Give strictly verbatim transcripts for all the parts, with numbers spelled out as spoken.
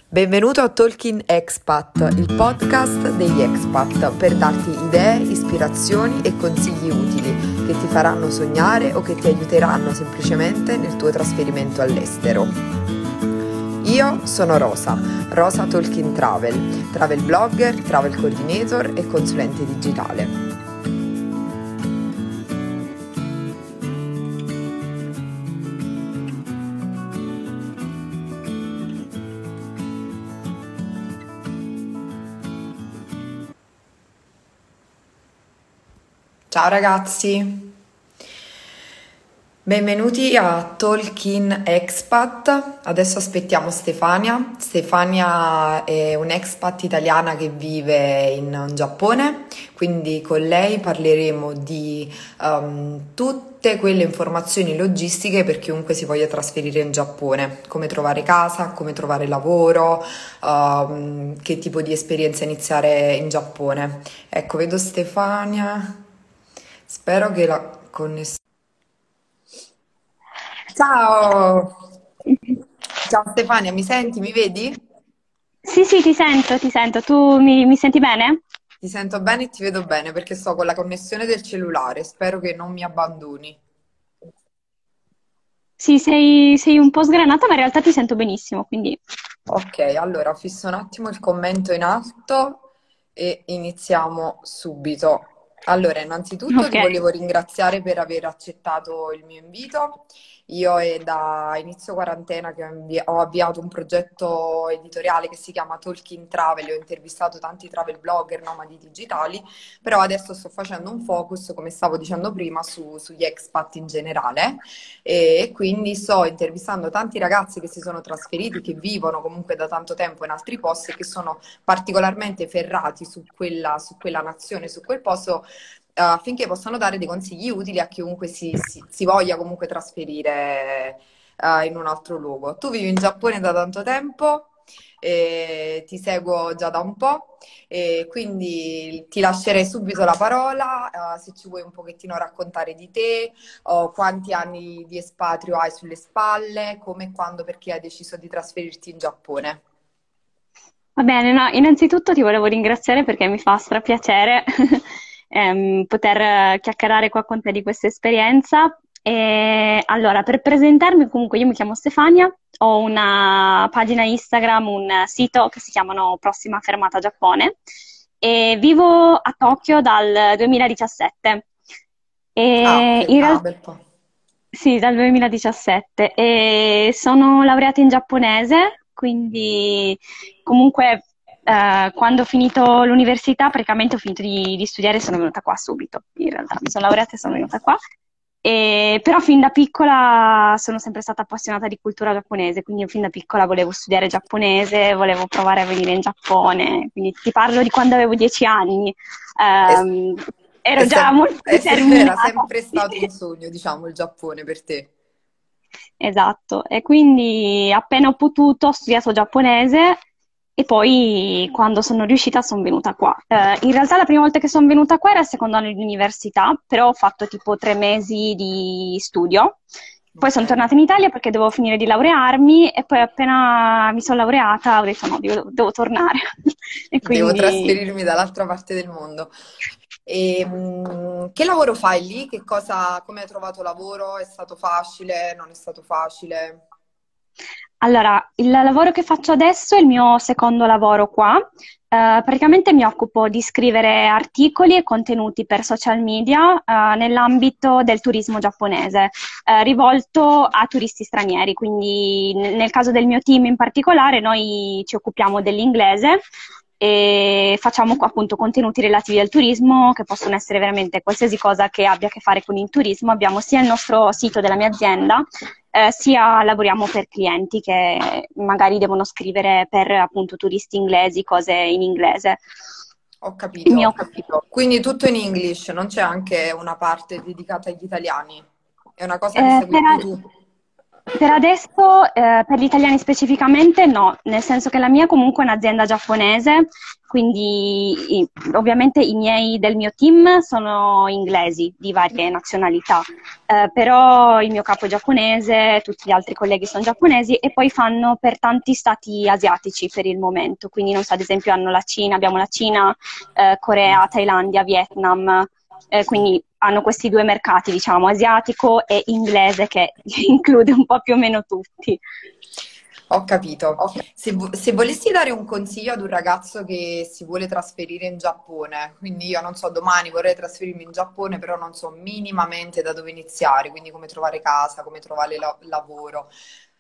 Benvenuto a Talking Expat, il podcast degli expat, per darti idee, ispirazioni e consigli utili che ti faranno sognare o che ti aiuteranno semplicemente nel tuo trasferimento all'estero. Io sono Rosa, Rosa Talking Travel, travel blogger, travel coordinator e consulente digitale. Ciao ragazzi, benvenuti a Talking Expat. Adesso aspettiamo Stefania. Stefania è un'expat italiana che vive in Giappone, quindi con lei parleremo di um, tutte quelle informazioni logistiche per chiunque si voglia trasferire in Giappone, come trovare casa, come trovare lavoro, um, che tipo di esperienza iniziare in Giappone. Ecco, vedo Stefania. Spero che la connessione... Ciao! Ciao Stefania, mi senti? Mi vedi? Sì, sì, ti sento, ti sento. Tu mi, mi senti bene? Ti sento bene e ti vedo bene perché sto con la connessione del cellulare. Spero che non mi abbandoni. Sì, sei, sei un po' sgranata, ma in realtà ti sento benissimo, quindi... Ok, allora fisso un attimo il commento in alto e iniziamo subito. Allora, innanzitutto Ok. ti volevo ringraziare per aver accettato il mio invito. Io è da inizio quarantena che ho invi- ho avviato un progetto editoriale che si chiama Talking Travel e ho intervistato tanti travel blogger, nomadi digitali, però adesso sto facendo un focus, come stavo dicendo prima, su- sugli expat in generale e quindi sto intervistando tanti ragazzi che si sono trasferiti, che vivono comunque da tanto tempo in altri posti e che sono particolarmente ferrati su quella, su quella nazione, su quel posto, eh, affinché possano dare dei consigli utili a chiunque si, si- si voglia comunque trasferire, eh, in un altro luogo. Tu vivi in Giappone da tanto tempo, e ti seguo già da un po'. E quindi ti lascerei subito la parola, eh, se ci vuoi un pochettino raccontare di te, o quanti anni di espatrio hai sulle spalle, come e quando, perché hai deciso di trasferirti in Giappone. Va bene, no, innanzitutto ti volevo ringraziare perché mi fa strapiacere ehm, poter eh, chiacchierare qua con te di questa esperienza. E, allora, per presentarmi, comunque io mi chiamo Stefania, ho una pagina Instagram, un sito che si chiamano Prossima Fermata Giappone e vivo a Tokyo dal duemiladiciassette. Ah, E ok, in ah, realtà bel po'. sì, dal duemiladiciassette e sono laureata in giapponese, quindi comunque eh, quando ho finito l'università, praticamente ho finito di, di studiare e sono venuta qua subito, in realtà mi sono laureata e sono venuta qua. E, però fin da piccola sono sempre stata appassionata di cultura giapponese, quindi io fin da piccola volevo studiare giapponese, volevo provare a venire in Giappone, quindi ti parlo di quando avevo dieci anni, È, ehm, è ero già sem- molto è sem- era determinata. sempre stato un sogno, diciamo, il Giappone per te. Esatto, e quindi appena ho potuto ho studiato giapponese e poi quando sono riuscita sono venuta qua. Eh, in realtà la prima volta che sono venuta qua era il secondo anno di università, però ho fatto tipo tre mesi di studio. Poi Ok. sono tornata in Italia perché dovevo finire di laurearmi e poi appena mi sono laureata ho detto no, devo, devo tornare. E Devo quindi trasferirmi dall'altra parte del mondo. E, mh, che lavoro fai lì? Che cosa, come hai trovato lavoro? È stato facile? Non è stato facile? allora, il lavoro che faccio adesso è il mio secondo lavoro qua. Eh, praticamente mi occupo di scrivere articoli e contenuti per social media, eh, nell'ambito del turismo giapponese, eh, rivolto a turisti stranieri. Quindi n- nel caso del mio team in particolare, noi ci occupiamo dell'inglese e facciamo appunto contenuti relativi al turismo, che possono essere veramente qualsiasi cosa che abbia a che fare con il turismo. Abbiamo sia il nostro sito della mia azienda, eh, sia lavoriamo per clienti che magari devono scrivere per appunto turisti inglesi, cose in inglese. Ho Il mio, capito. Quindi tutto in English, non c'è anche una parte dedicata agli italiani? È una cosa che eh, segui per, più tu? Per adesso, eh, per gli italiani specificamente no, nel senso che la mia comunque è un'azienda giapponese, quindi i- ovviamente i miei del mio team sono inglesi di varie nazionalità, eh, però il mio capo è giapponese, tutti gli altri colleghi sono giapponesi e poi fanno per tanti stati asiatici per il momento, quindi non so, ad esempio hanno la Cina, abbiamo la Cina, eh, Corea, Thailandia, Vietnam, eh, quindi hanno questi due mercati, diciamo, asiatico e inglese, che include un po' più o meno tutti. Ho capito. Se, vo- se volessi dare un consiglio ad un ragazzo che si vuole trasferire in Giappone, quindi io non so, domani vorrei trasferirmi in Giappone, però non so minimamente da dove iniziare, quindi come trovare casa, come trovare la- lavoro.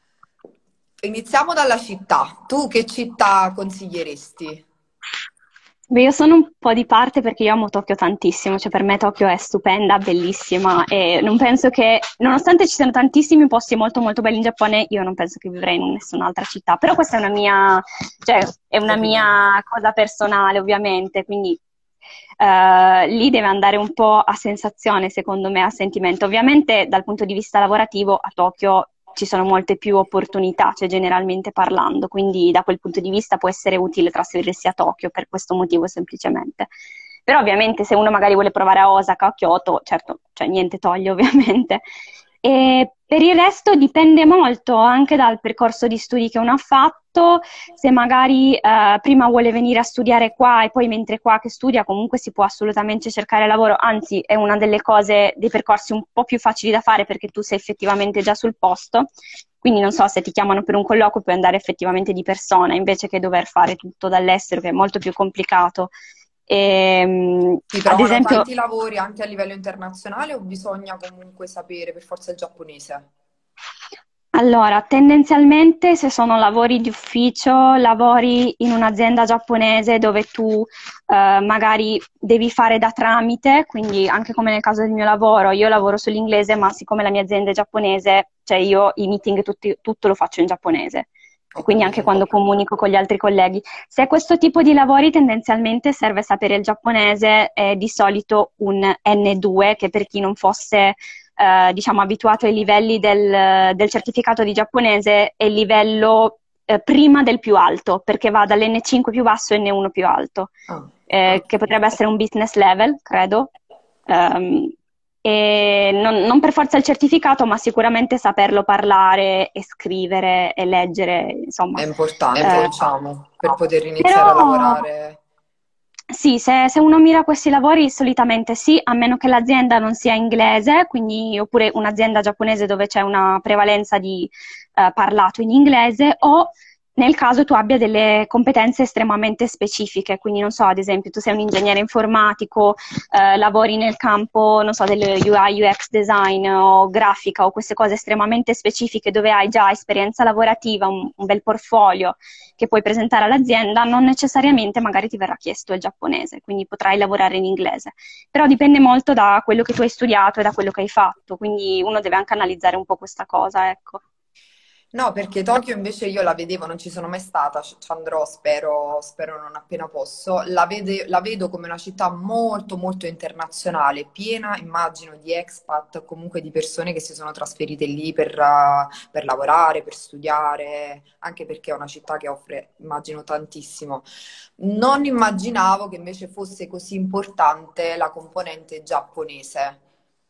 Iniziamo dalla città. Tu che città consiglieresti? Beh, io sono un po' di parte perché io amo Tokyo tantissimo, cioè per me Tokyo è stupenda, bellissima e non penso che, nonostante ci siano tantissimi posti molto molto belli in Giappone, io non penso che vivrei in nessun'altra città, però questa è una mia, cioè, è una Opinione. mia cosa personale ovviamente, quindi eh, lì deve andare un po' a sensazione, secondo me, a sentimento. Ovviamente dal punto di vista lavorativo a Tokyo ci sono molte più opportunità, cioè generalmente parlando, quindi da quel punto di vista può essere utile trasferirsi a Tokyo per questo motivo semplicemente. Però ovviamente se uno magari vuole provare a Osaka o a Kyoto, certo, cioè niente toglie ovviamente. E per il resto dipende molto anche dal percorso di studi che uno ha fatto, se magari eh, prima vuole venire a studiare qua e poi mentre qua che studia comunque si può assolutamente cercare lavoro, anzi è una delle cose, dei percorsi un po' più facili da fare perché tu sei effettivamente già sul posto, quindi non so se ti chiamano per un colloquio puoi andare effettivamente di persona invece che dover fare tutto dall'estero che è molto più complicato. E, Si ad trovano esempio, tanti lavori anche a livello internazionale o bisogna comunque sapere per forza il giapponese? allora, tendenzialmente se sono lavori di ufficio, lavori in un'azienda giapponese dove tu eh, magari devi fare da tramite, quindi anche come nel caso del mio lavoro, io lavoro sull'inglese, ma siccome la mia azienda è giapponese, cioè io i meeting tutti, tutto lo faccio in giapponese. E Ho quindi anche capito. quando comunico con gli altri colleghi. Se è questo tipo di lavori, tendenzialmente serve sapere il giapponese, è di solito un N due, che per chi non fosse eh, diciamo, abituato ai livelli del, del certificato di giapponese è il livello eh, prima del più alto, perché va dall'N cinque più basso e N uno più alto, Ah, eh, che potrebbe essere un business level, credo. Ehm, e non, non per forza il certificato, ma sicuramente saperlo parlare e scrivere e leggere, è insomma. importante, Eh, diciamo, per poter iniziare a però lavorare. sì, se, se uno mira a questi lavori solitamente sì, a meno che l'azienda non sia inglese, quindi, oppure un'azienda giapponese dove c'è una prevalenza di eh, parlato in inglese, o nel caso tu abbia delle competenze estremamente specifiche, quindi non so, ad esempio tu sei un ingegnere informatico, eh, lavori nel campo, non so, del U I U X design o grafica o queste cose estremamente specifiche dove hai già esperienza lavorativa, un, un bel portfolio che puoi presentare all'azienda, non necessariamente magari ti verrà chiesto il giapponese, quindi potrai lavorare in inglese. Però dipende molto da quello che tu hai studiato e da quello che hai fatto, quindi uno deve anche analizzare un po' questa cosa, ecco. No, perché Tokyo invece io la vedevo, non ci sono mai stata, ci ci andrò, spero, spero non appena posso. La, vede- la vedo come una città molto, molto internazionale, piena, immagino, di expat, comunque di persone che si sono trasferite lì per, eh, per lavorare, per studiare, anche perché è una città che offre, immagino, tantissimo. Non immaginavo che invece fosse così importante la componente giapponese.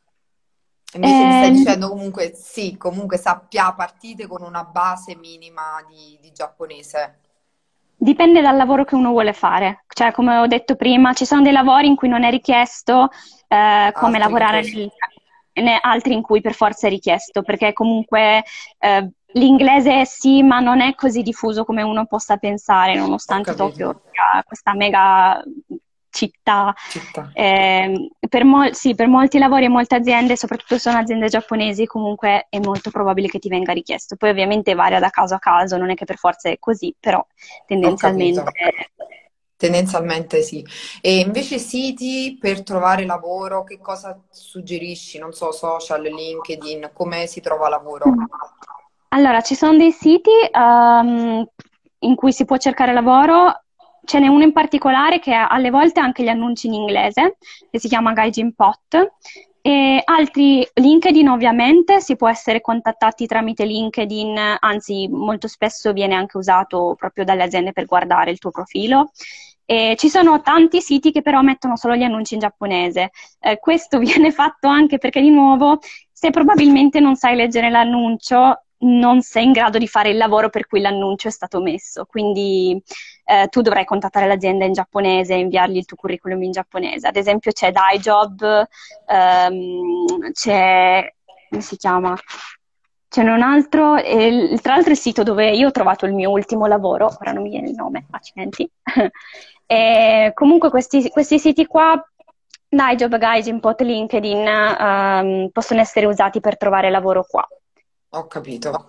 Invece mi stai Eh, dicendo comunque sì, comunque sappia, partite con una base minima di, di giapponese. Dipende dal lavoro che uno vuole fare, cioè come ho detto prima, ci sono dei lavori in cui non è richiesto, eh, come Altri in lavorare cui... nel, ne- altri in cui per forza è richiesto, perché comunque eh, l'inglese sì, ma non è così diffuso come uno possa pensare, Ho nonostante Tokyo capito, sia questa mega città. città. Eh, per, mol- sì, per molti lavori e molte aziende, soprattutto se sono aziende giapponesi, comunque è molto probabile che ti venga richiesto. Poi ovviamente varia da caso a caso, non è che per forza è così, però Ho tendenzialmente. capito. Tendenzialmente sì. E invece siti per trovare lavoro, che cosa suggerisci? Non so, social, LinkedIn, come si trova lavoro? Allora, ci sono dei siti ehm, in cui si può cercare lavoro, ce n'è uno in particolare che ha alle volte anche gli annunci in inglese, che si chiama Gaijin Pot, E altri LinkedIn ovviamente, si può essere contattati tramite LinkedIn, anzi molto spesso viene anche usato proprio dalle aziende per guardare il tuo profilo. E ci sono tanti siti che però mettono solo gli annunci in giapponese. Eh, questo viene fatto anche perché di nuovo, se probabilmente non sai leggere l'annuncio, non sei in grado di fare il lavoro per cui l'annuncio è stato messo. Quindi eh, tu dovrai contattare l'azienda in giapponese e inviargli il tuo curriculum in giapponese. Ad esempio c'è Daijob, ehm, c'è, come si chiama? C'è un altro, e il- tra l'altro il sito dove io ho trovato il mio ultimo lavoro, ora non mi viene il nome, accidenti. E comunque questi, questi siti qua, Daijob, Gaijin, Pot, LinkedIn, ehm, possono essere usati per trovare lavoro qua. Ho capito.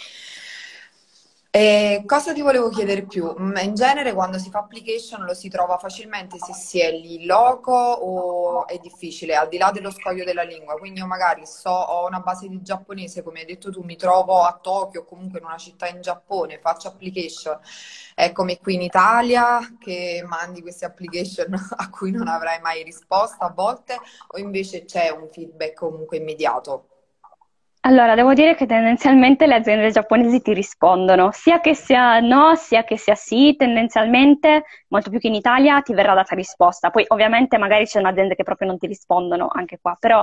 E cosa ti volevo chiedere più? Mm, In genere quando si fa application lo si trova facilmente se si è lì loco o è difficile, al di là dello scoglio della lingua. Quindi io magari so, ho una base di giapponese, come hai detto tu, mi trovo a Tokyo o comunque in una città in Giappone, faccio application. È come qui in Italia che mandi queste application a cui non avrai mai risposta a volte, o invece c'è un feedback comunque immediato? Allora, devo dire che tendenzialmente le aziende giapponesi ti rispondono, sia che sia no, sia che sia sì, tendenzialmente, molto più che in Italia, ti verrà data risposta. Poi ovviamente magari c'è un'azienda che proprio non ti rispondono anche qua, però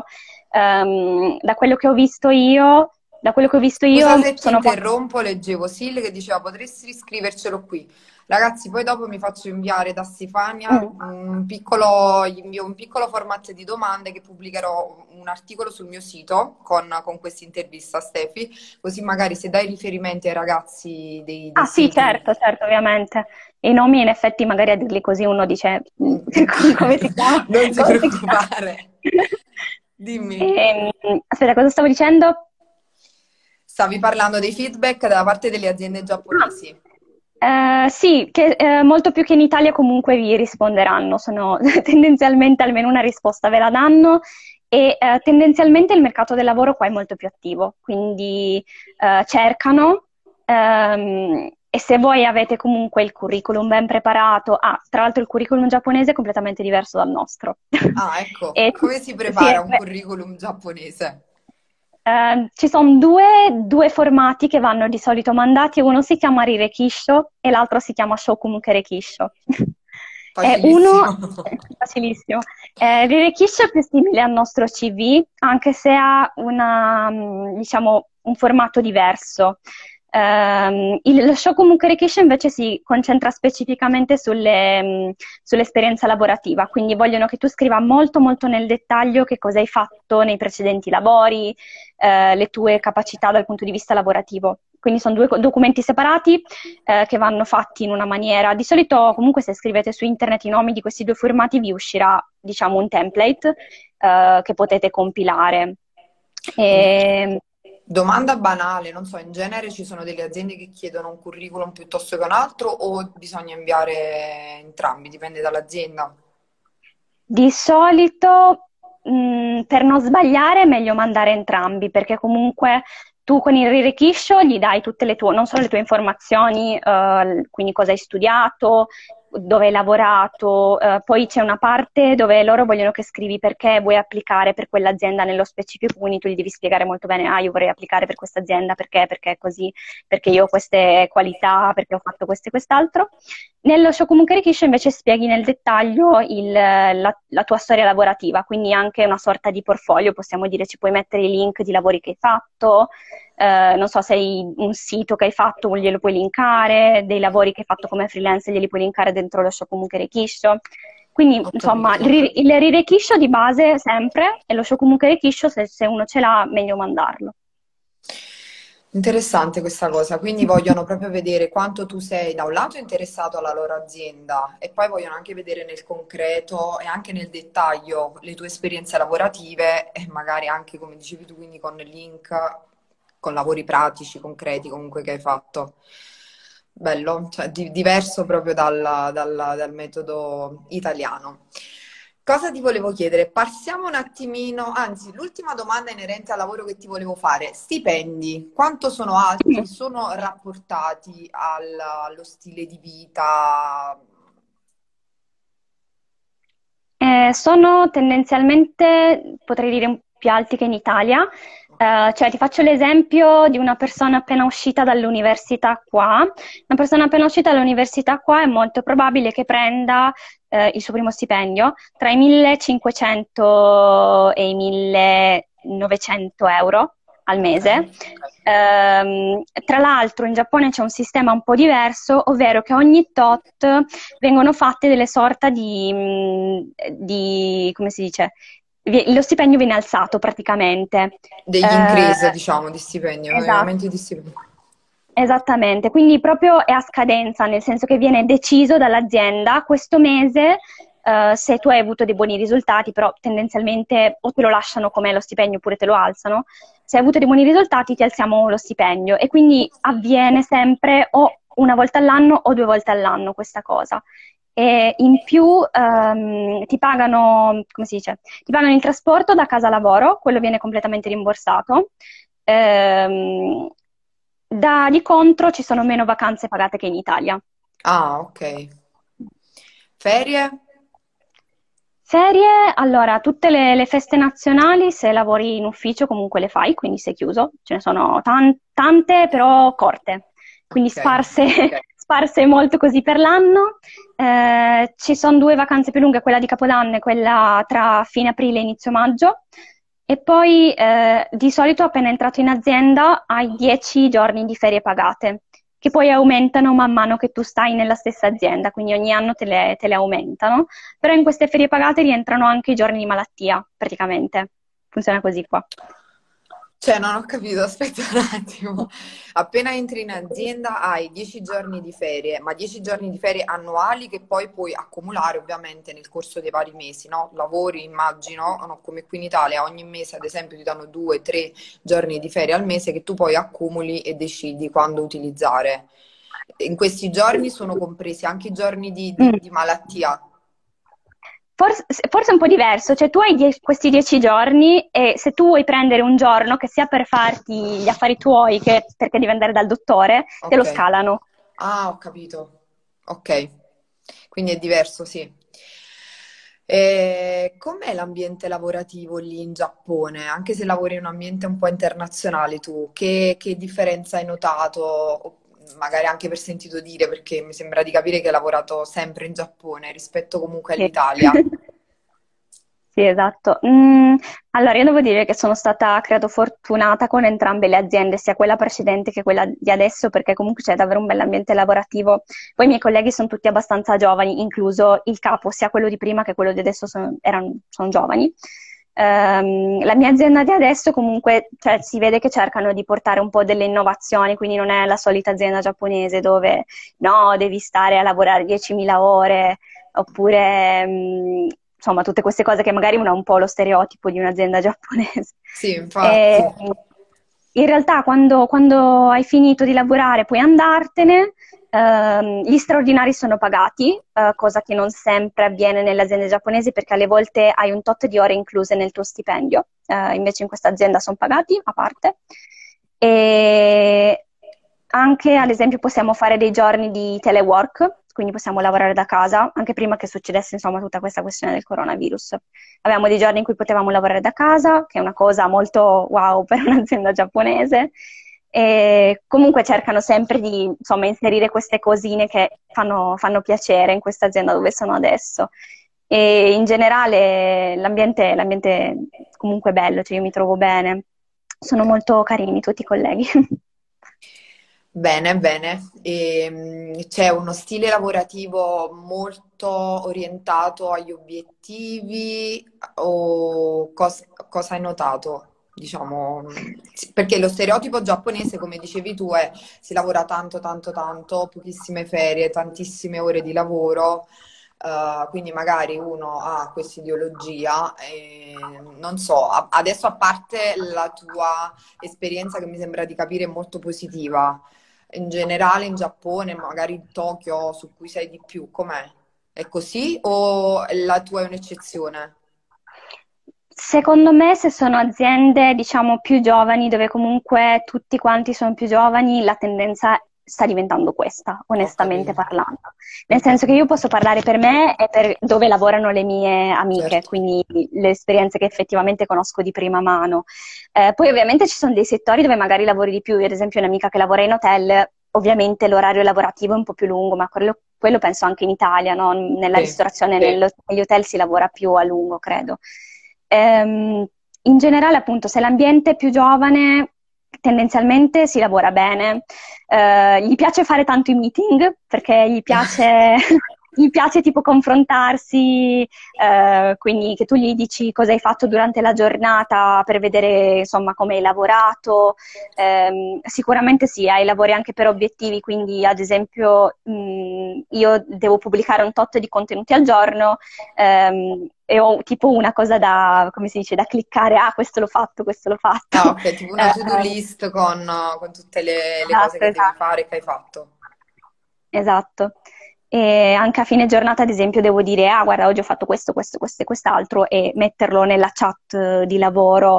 ehm, da quello che ho visto io, da quello che ho visto Scusa io se ti sono molto... interrompo, leggevo Sil che diceva potresti riscrivercelo qui. Ragazzi, poi dopo mi faccio inviare da Stefania Mm. un piccolo, gli invio un piccolo format di domande che pubblicherò un articolo sul mio sito con, con questa intervista, Stefi, così magari se dai riferimenti ai ragazzi dei, dei Ah sì, siti, certo, certo, ovviamente. I nomi in effetti magari a dirli così uno dice "Mm, come si chiama? non ti Come si chiama?" preoccupare. Dimmi. Ehm, aspetta, cosa stavo dicendo? Stavi parlando dei feedback da parte delle aziende giapponesi. Ah, eh, sì, che, eh, molto più che in Italia comunque vi risponderanno, sono tendenzialmente almeno una risposta ve la danno e eh, tendenzialmente il mercato del lavoro qua è molto più attivo, quindi eh, cercano ehm, e se voi avete comunque il curriculum ben preparato, ah, tra l'altro il curriculum giapponese è completamente diverso dal nostro. Ah, ecco, E, come si sì, prepara è- un curriculum giapponese? eh, ci sono due, due formati che vanno di solito mandati, uno si chiama Rirekisho e l'altro si chiama Shokumu Kerekisho. E uno Facilissimo. è facilissimo. Eh, Rirekisho è più simile al nostro C V, anche se ha una, mm, diciamo, un formato diverso. Ehm, il, lo Shokumu Kerekisho invece si concentra specificamente sulle, mm, sull'esperienza lavorativa, quindi vogliono che tu scriva molto molto nel dettaglio che cosa hai fatto nei precedenti lavori, eh, le tue capacità dal punto di vista lavorativo. Quindi sono due co- documenti separati eh, che vanno fatti in una maniera. Di solito, comunque, se scrivete su internet i nomi di questi due formati, vi uscirà, diciamo, un template eh, che potete compilare. E, Domanda banale, non so, in genere ci sono delle aziende che chiedono un curriculum piuttosto che un altro o bisogna inviare entrambi, dipende dall'azienda. Di solito, mh, per non sbagliare, è meglio mandare entrambi, perché comunque tu con il Rirekisho gli dai tutte le tue, non solo le tue informazioni, eh, quindi cosa hai studiato, dove hai lavorato, eh, poi c'è una parte dove loro vogliono che scrivi perché vuoi applicare per quell'azienda nello specifico, quindi tu gli devi spiegare molto bene, ah, io vorrei applicare per questa azienda, perché, perché è così, perché io ho queste qualità, perché ho fatto questo e quest'altro. Nello Shokumun Rikishi invece spieghi nel dettaglio il- la, la tua storia lavorativa, quindi anche una sorta di portfolio, possiamo dire, ci puoi mettere i link di lavori che hai fatto, eh, non so se hai un sito che hai fatto, glielo puoi linkare, dei lavori che hai fatto come freelance glieli puoi linkare dentro lo Shokumun Rikishi. Quindi, Ho insomma, il, capito. ri- il Rirekisho di base sempre, e lo Shokumun Rikishi se, se uno ce l'ha, meglio mandarlo. Interessante questa cosa, quindi vogliono proprio vedere quanto tu sei da un lato interessato alla loro azienda e poi vogliono anche vedere nel concreto e anche nel dettaglio le tue esperienze lavorative e magari anche, come dicevi tu, quindi con link, con lavori pratici, concreti comunque che hai fatto. Bello, cioè di- diverso proprio dal, dal- dal metodo italiano. Cosa ti volevo chiedere? Passiamo un attimino, anzi, l'ultima domanda inerente al lavoro che ti volevo fare. Stipendi, quanto sono alti? Sono rapportati al- allo stile di vita? Eh, sono tendenzialmente, potrei dire, un- più alti che in Italia. Eh, cioè, ti faccio l'esempio di una persona appena uscita dall'università qua. Una persona appena uscita dall'università qua è molto probabile che prenda eh, il suo primo stipendio tra i millecinquecento e i millenovecento euro al mese. Ehm, tra l'altro in Giappone c'è un sistema un po' diverso, ovvero che ogni tot vengono fatte delle sorta di, mh, di come si dice? Vi- Lo stipendio viene alzato praticamente. Degli Eh, increase, diciamo, di stipendio, degli esatto. aumenti di stipendio. Esattamente, quindi proprio è a scadenza, nel senso che viene deciso dall'azienda questo mese, eh, se tu hai avuto dei buoni risultati, però tendenzialmente o te lo lasciano come lo stipendio oppure te lo alzano. Se hai avuto dei buoni risultati ti alziamo lo stipendio e quindi avviene sempre o una volta all'anno o due volte all'anno questa cosa. E in più ehm, ti pagano, come si dice? Ti pagano il trasporto da casa a lavoro, quello viene completamente rimborsato. Ehm, da, di contro ci sono meno vacanze pagate che in Italia. Ah, ok. Ferie? Ferie, allora, tutte le, le feste nazionali, se lavori in ufficio comunque le fai, quindi sei chiuso. Ce ne sono tan- tante, però corte, quindi Ok. sparse, ok, sparse molto così per l'anno. Eh, ci sono due vacanze più lunghe, quella di Capodanno e quella tra fine aprile e inizio maggio. E poi eh, di solito appena entrato in azienda hai dieci giorni di ferie pagate, che poi aumentano man mano che tu stai nella stessa azienda, quindi ogni anno te le, te le aumentano. Però in queste ferie pagate rientrano anche i giorni di malattia, praticamente. Funziona così qua. Cioè, non ho capito, aspetta un attimo. Appena entri in azienda hai dieci giorni di ferie, ma dieci giorni di ferie annuali che poi puoi accumulare ovviamente nel corso dei vari mesi, no? Lavori, immagino, no? Come qui in Italia, ogni mese ad esempio ti danno due, tre giorni di ferie al mese che tu poi accumuli e decidi quando utilizzare. In questi giorni sono compresi anche i giorni di, di- Mm. di malattia. Forse, forse è un po' diverso, cioè tu hai die- questi dieci giorni e se tu vuoi prendere un giorno che sia per farti gli affari tuoi, che perché devi andare dal dottore, te lo Ok. scalano. Ah, ho capito. Ok, quindi è diverso, sì. E com'è l'ambiente lavorativo lì in Giappone? Anche se lavori in un ambiente un po' internazionale tu, che, che differenza hai notato? O magari anche per sentito dire, perché mi sembra di capire che hai lavorato sempre in Giappone rispetto comunque Sì. all'Italia. Sì, esatto. Mm, allora, io devo dire che sono stata, credo, fortunata con entrambe le aziende, sia quella precedente che quella di adesso, perché comunque c'è davvero un bell'ambiente lavorativo. Poi i miei colleghi sono tutti abbastanza giovani, incluso il capo, sia quello di prima che quello di adesso sono, erano, sono giovani. Ehm, la mia azienda di adesso comunque, cioè, si vede che cercano di portare un po' delle innovazioni, quindi non è la solita azienda giapponese dove no, devi stare a lavorare diecimila ore, oppure mm, insomma tutte queste cose che magari uno ha un po' lo stereotipo di un'azienda giapponese. Sì, E, infatti. in realtà quando, quando hai finito di lavorare puoi andartene, ehm, gli straordinari sono pagati, eh, cosa che non sempre avviene nelle aziende giapponesi perché alle volte hai un tot di ore incluse nel tuo stipendio, eh, invece in questa azienda sono pagati a parte. E anche, ad esempio, possiamo fare dei giorni di telework, quindi possiamo lavorare da casa, anche prima che succedesse, insomma, tutta questa questione del coronavirus. Avevamo dei giorni in cui potevamo lavorare da casa, che è una cosa molto wow per un'azienda giapponese. E comunque cercano sempre di, insomma, inserire queste cosine che fanno, fanno piacere in questa azienda dove sono adesso. E in generale l'ambiente, l'ambiente è comunque bello, cioè io mi trovo bene. Sono molto carini tutti i colleghi. Bene, bene. E, mh, c'è uno stile lavorativo molto orientato agli obiettivi o cos- cosa hai notato? Diciamo, mh, sì, perché lo stereotipo giapponese, come dicevi tu, è si lavora tanto, tanto, tanto, pochissime ferie, tantissime ore di lavoro. Eh, quindi magari uno ha questa ideologia e non so, a- adesso a parte la tua esperienza che mi sembra di capire molto positiva, in generale in Giappone, magari in Tokyo, su cui sai di più, com'è? È così o la tua è un'eccezione? Secondo me, se sono aziende, diciamo, più giovani, dove comunque tutti quanti sono più giovani, la tendenza sta diventando questa, Ho onestamente capito. parlando. Nel senso che io posso parlare per me e per dove lavorano le mie amiche, Certo. quindi le esperienze che effettivamente conosco di prima mano. Eh, poi ovviamente ci sono dei settori dove magari lavori di più, io ad esempio un'amica che lavora in hotel, ovviamente l'orario lavorativo è un po' più lungo, ma quello, quello penso anche in Italia, no? Nella Sì. ristorazione, nello- negli hotel si lavora più a lungo, credo. Ehm, In generale, appunto, se l'ambiente è più giovane, tendenzialmente si lavora bene. Eh, gli piace fare tanto i meeting perché gli piace, gli piace tipo confrontarsi, eh, quindi che tu gli dici cosa hai fatto durante la giornata per vedere insomma come hai lavorato. Ehm, sicuramente sì, hai lavori anche per obiettivi, quindi ad esempio mh, io devo pubblicare un tot di contenuti al giorno, ehm, e ho tipo una cosa da, come si dice, da cliccare, ah, questo l'ho fatto, questo l'ho Ah, fatto. ok, tipo una to-do Eh, list con, con tutte le, le cose esatto, che devi esatto. fare e che hai fatto. Esatto. E anche a fine giornata, ad esempio, devo dire, ah, guarda, oggi ho fatto questo, questo, questo e quest'altro e metterlo nella chat eh, di lavoro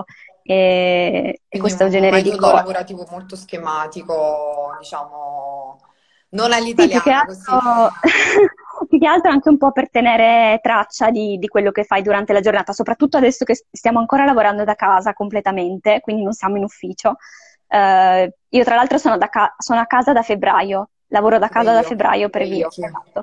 e, e Quindi questo un genere di metodo cose. lavorativo molto schematico, diciamo, non Sì, più che all'italiana, così. altro, più che altro anche un po' per tenere traccia di, di quello che fai durante la giornata, soprattutto adesso che stiamo ancora lavorando da casa completamente, quindi non siamo in ufficio. Eh, io tra l'altro sono, da ca- sono a casa da febbraio, lavoro da Pure casa da io, febbraio per Vio, anch'io. esatto.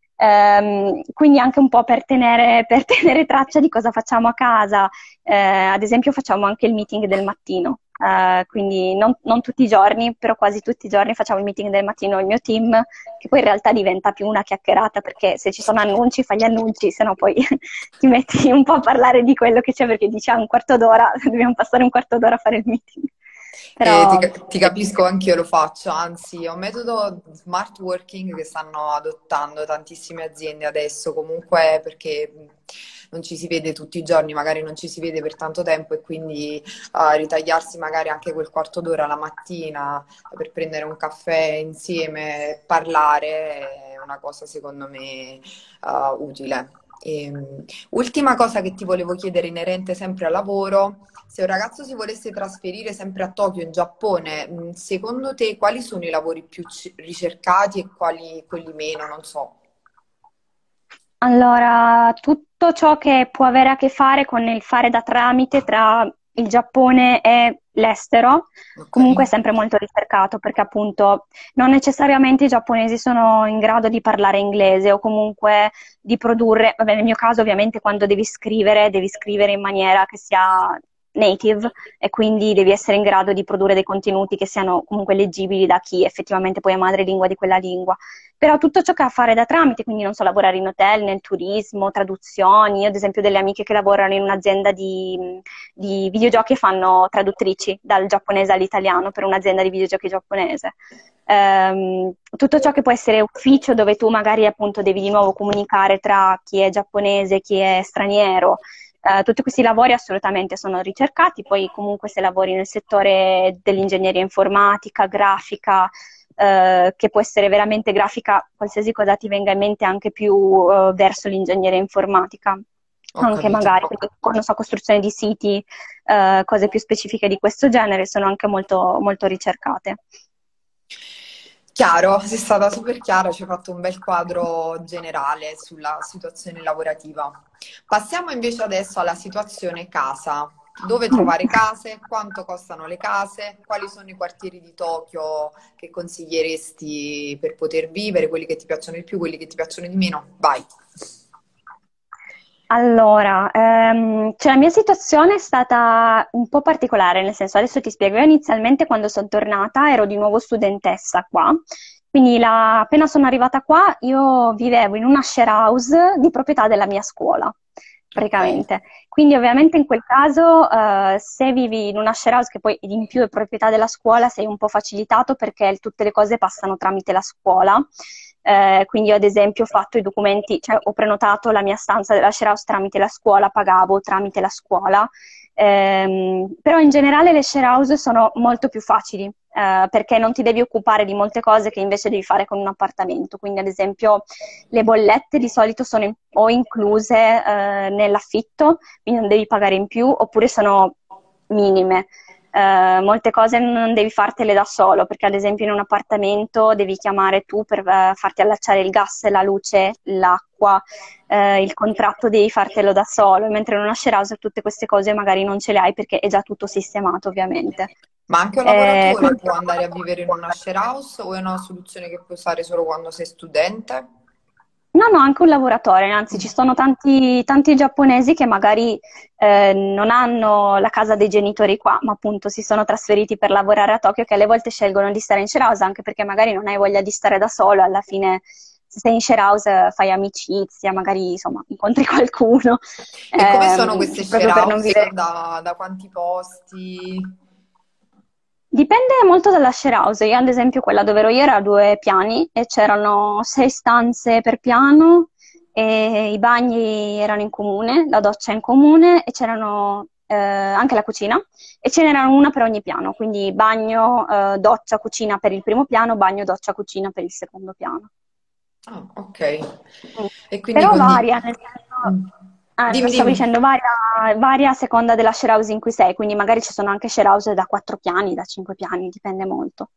Ehm, quindi anche un po' per tenere, per tenere traccia di cosa facciamo a casa. Eh, ad esempio facciamo anche il meeting del mattino. Eh, quindi non, non tutti i giorni, però quasi tutti i giorni facciamo il meeting del mattino il mio team, che poi in realtà diventa più una chiacchierata perché se ci sono annunci fai gli annunci, se no poi ti metti un po' a parlare di quello che c'è perché dici ah, un quarto d'ora, dobbiamo passare un quarto d'ora a fare il meeting. Eh, ti, Però ti capisco, anch'io lo faccio, anzi è un metodo smart working che stanno adottando tantissime aziende adesso, comunque perché non ci si vede tutti i giorni, magari non ci si vede per tanto tempo e quindi eh, ritagliarsi magari anche quel quarto d'ora la mattina per prendere un caffè insieme, parlare, è una cosa secondo me eh, utile. Ehm, ultima cosa che ti volevo chiedere inerente sempre al lavoro. Se un ragazzo si volesse trasferire sempre a Tokyo, in Giappone, mh, secondo te quali sono i lavori più ci- ricercati e quali quelli meno? Non so. allora, tutto ciò che può avere a che fare con il fare da tramite tra il Giappone e l'estero, Ok. comunque è sempre molto ricercato perché appunto non necessariamente i giapponesi sono in grado di parlare inglese o comunque di produrre, vabbè, nel mio caso ovviamente quando devi scrivere, devi scrivere in maniera che sia native e quindi devi essere in grado di produrre dei contenuti che siano comunque leggibili da chi effettivamente poi è madrelingua di quella lingua. Però tutto ciò che ha a fare da tramite, quindi non so, lavorare in hotel, nel turismo, traduzioni. Io ad esempio ho delle amiche che lavorano in un'azienda di, di videogiochi e fanno traduttrici dal giapponese all'italiano per un'azienda di videogiochi giapponese. Ehm, tutto ciò che può essere ufficio dove tu magari appunto devi di nuovo comunicare tra chi è giapponese e chi è straniero. Eh, tutti questi lavori assolutamente sono ricercati, poi comunque se lavori nel settore dell'ingegneria informatica, grafica, eh, che può essere veramente grafica, qualsiasi cosa ti venga in mente anche più eh, verso l'ingegneria informatica, Ho anche capito. magari, quindi, non so, costruzione di siti, eh, cose più specifiche di questo genere, sono anche molto, molto ricercate. Chiaro, sei stata super chiara, ci hai fatto un bel quadro generale sulla situazione lavorativa. Passiamo invece adesso alla situazione casa. Dove Mm. trovare case? Quanto costano le case? Quali sono i quartieri di Tokyo che consiglieresti per poter vivere? Quelli che ti piacciono di più, quelli che ti piacciono di meno? Vai. Allora, ehm, cioè la mia situazione è stata un po' particolare, nel senso, adesso ti spiego, io inizialmente quando sono tornata ero di nuovo studentessa qua, quindi la- appena sono arrivata qua io vivevo in una share house di proprietà della mia scuola, Ok, praticamente. Quindi ovviamente in quel caso eh, se vivi in una share house che poi in più è proprietà della scuola sei un po' facilitato perché tutte le cose passano tramite la scuola. Eh, quindi io ad esempio ho fatto i documenti, cioè ho prenotato la mia stanza della share house tramite la scuola, pagavo tramite la scuola. Ehm, però in generale le share house sono molto più facili eh, perché non ti devi occupare di molte cose che invece devi fare con un appartamento. Quindi ad esempio le bollette di solito sono in- o incluse eh, nell'affitto, quindi non devi pagare in più, oppure sono minime. Eh, molte cose non devi fartele da solo, perché ad esempio in un appartamento devi chiamare tu per eh, farti allacciare il gas, la luce, l'acqua, eh, il contratto devi fartelo da solo, mentre in una share house tutte queste cose magari non ce le hai perché è già tutto sistemato, ovviamente. Ma anche un Eh, lavoratore può andare a vivere in una share house o è una soluzione che puoi usare solo quando sei studente? No, no, anche un lavoratore, anzi ci sono tanti, tanti giapponesi che magari eh, non hanno la casa dei genitori qua, ma appunto si sono trasferiti per lavorare a Tokyo, che alle volte scelgono di stare in share house anche perché magari non hai voglia di stare da solo, alla fine se sei in share house eh, fai amicizia, magari insomma incontri qualcuno, E come sono ehm, queste share proprio per non house? vivere. Da, da quanti posti? Dipende molto dalla share house. Io, ad esempio, quella dove ero io era a due piani e c'erano sei stanze per piano e i bagni erano in comune, la doccia in comune e c'erano eh, anche la cucina e ce n'era una per ogni piano, quindi bagno, eh, doccia, cucina per il primo piano, bagno, doccia, cucina per il secondo piano. Ah, ok. Mm. E quindi Però condi... varia, nel senso, Mm. ah, lo Dimmi, stavo dimmi. dicendo, varia, varia a seconda della share house in cui sei, quindi magari ci sono anche share house da quattro piani, da cinque piani, dipende molto.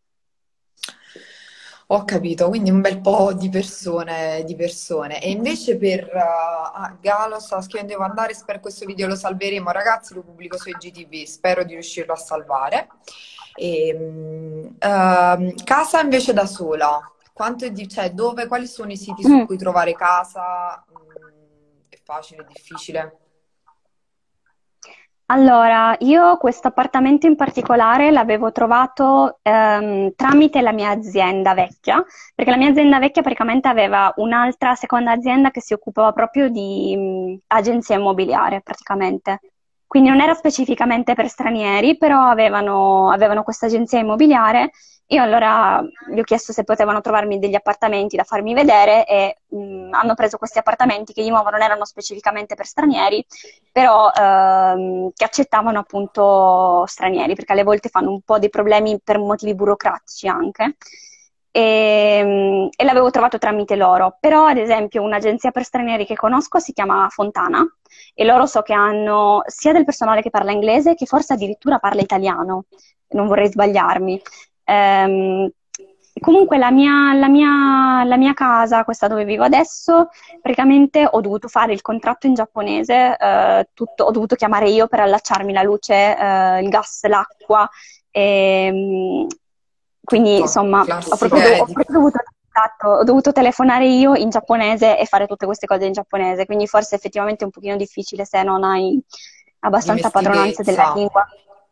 Ho capito, quindi un bel po' di persone, di persone. E invece per uh, ah, Galo sta scrivendo devo andare, spero questo video lo salveremo, ragazzi, lo pubblico su I G T V, spero di riuscirlo a salvare. E, mm, ehm, casa invece da sola, quanto è di- cioè, dove, quali sono i siti su Mm. cui trovare casa? Mm, è facile, è difficile? Allora, io questo appartamento in particolare l'avevo trovato ehm, tramite la mia azienda vecchia, perché la mia azienda vecchia praticamente aveva un'altra seconda azienda che si occupava proprio di mh, agenzia immobiliare, praticamente. Quindi non era specificamente per stranieri, però avevano, avevano questa agenzia immobiliare. Io allora gli ho chiesto se potevano trovarmi degli appartamenti da farmi vedere e mh, hanno preso questi appartamenti che di nuovo non erano specificamente per stranieri, però ehm, che accettavano appunto stranieri, perché alle volte fanno un po' dei problemi per motivi burocratici anche. E, e l'avevo trovato tramite loro, però ad esempio un'agenzia per stranieri che conosco si chiama Fontana e loro so che hanno sia del personale che parla inglese che forse addirittura parla italiano, non vorrei sbagliarmi. Ehm, Comunque la mia, la mia- la mia casa, questa dove vivo adesso, praticamente ho dovuto fare il contratto in giapponese, eh, tutto- ho dovuto chiamare io per allacciarmi la luce, eh, il gas, l'acqua, e, quindi Tutto, insomma ho proprio, classiche, do- eh, ho di- proprio dovuto, esatto, ho dovuto telefonare io in giapponese e fare tutte queste cose in giapponese, quindi forse effettivamente è un pochino difficile se non hai abbastanza padronanza della dimestichezza. lingua.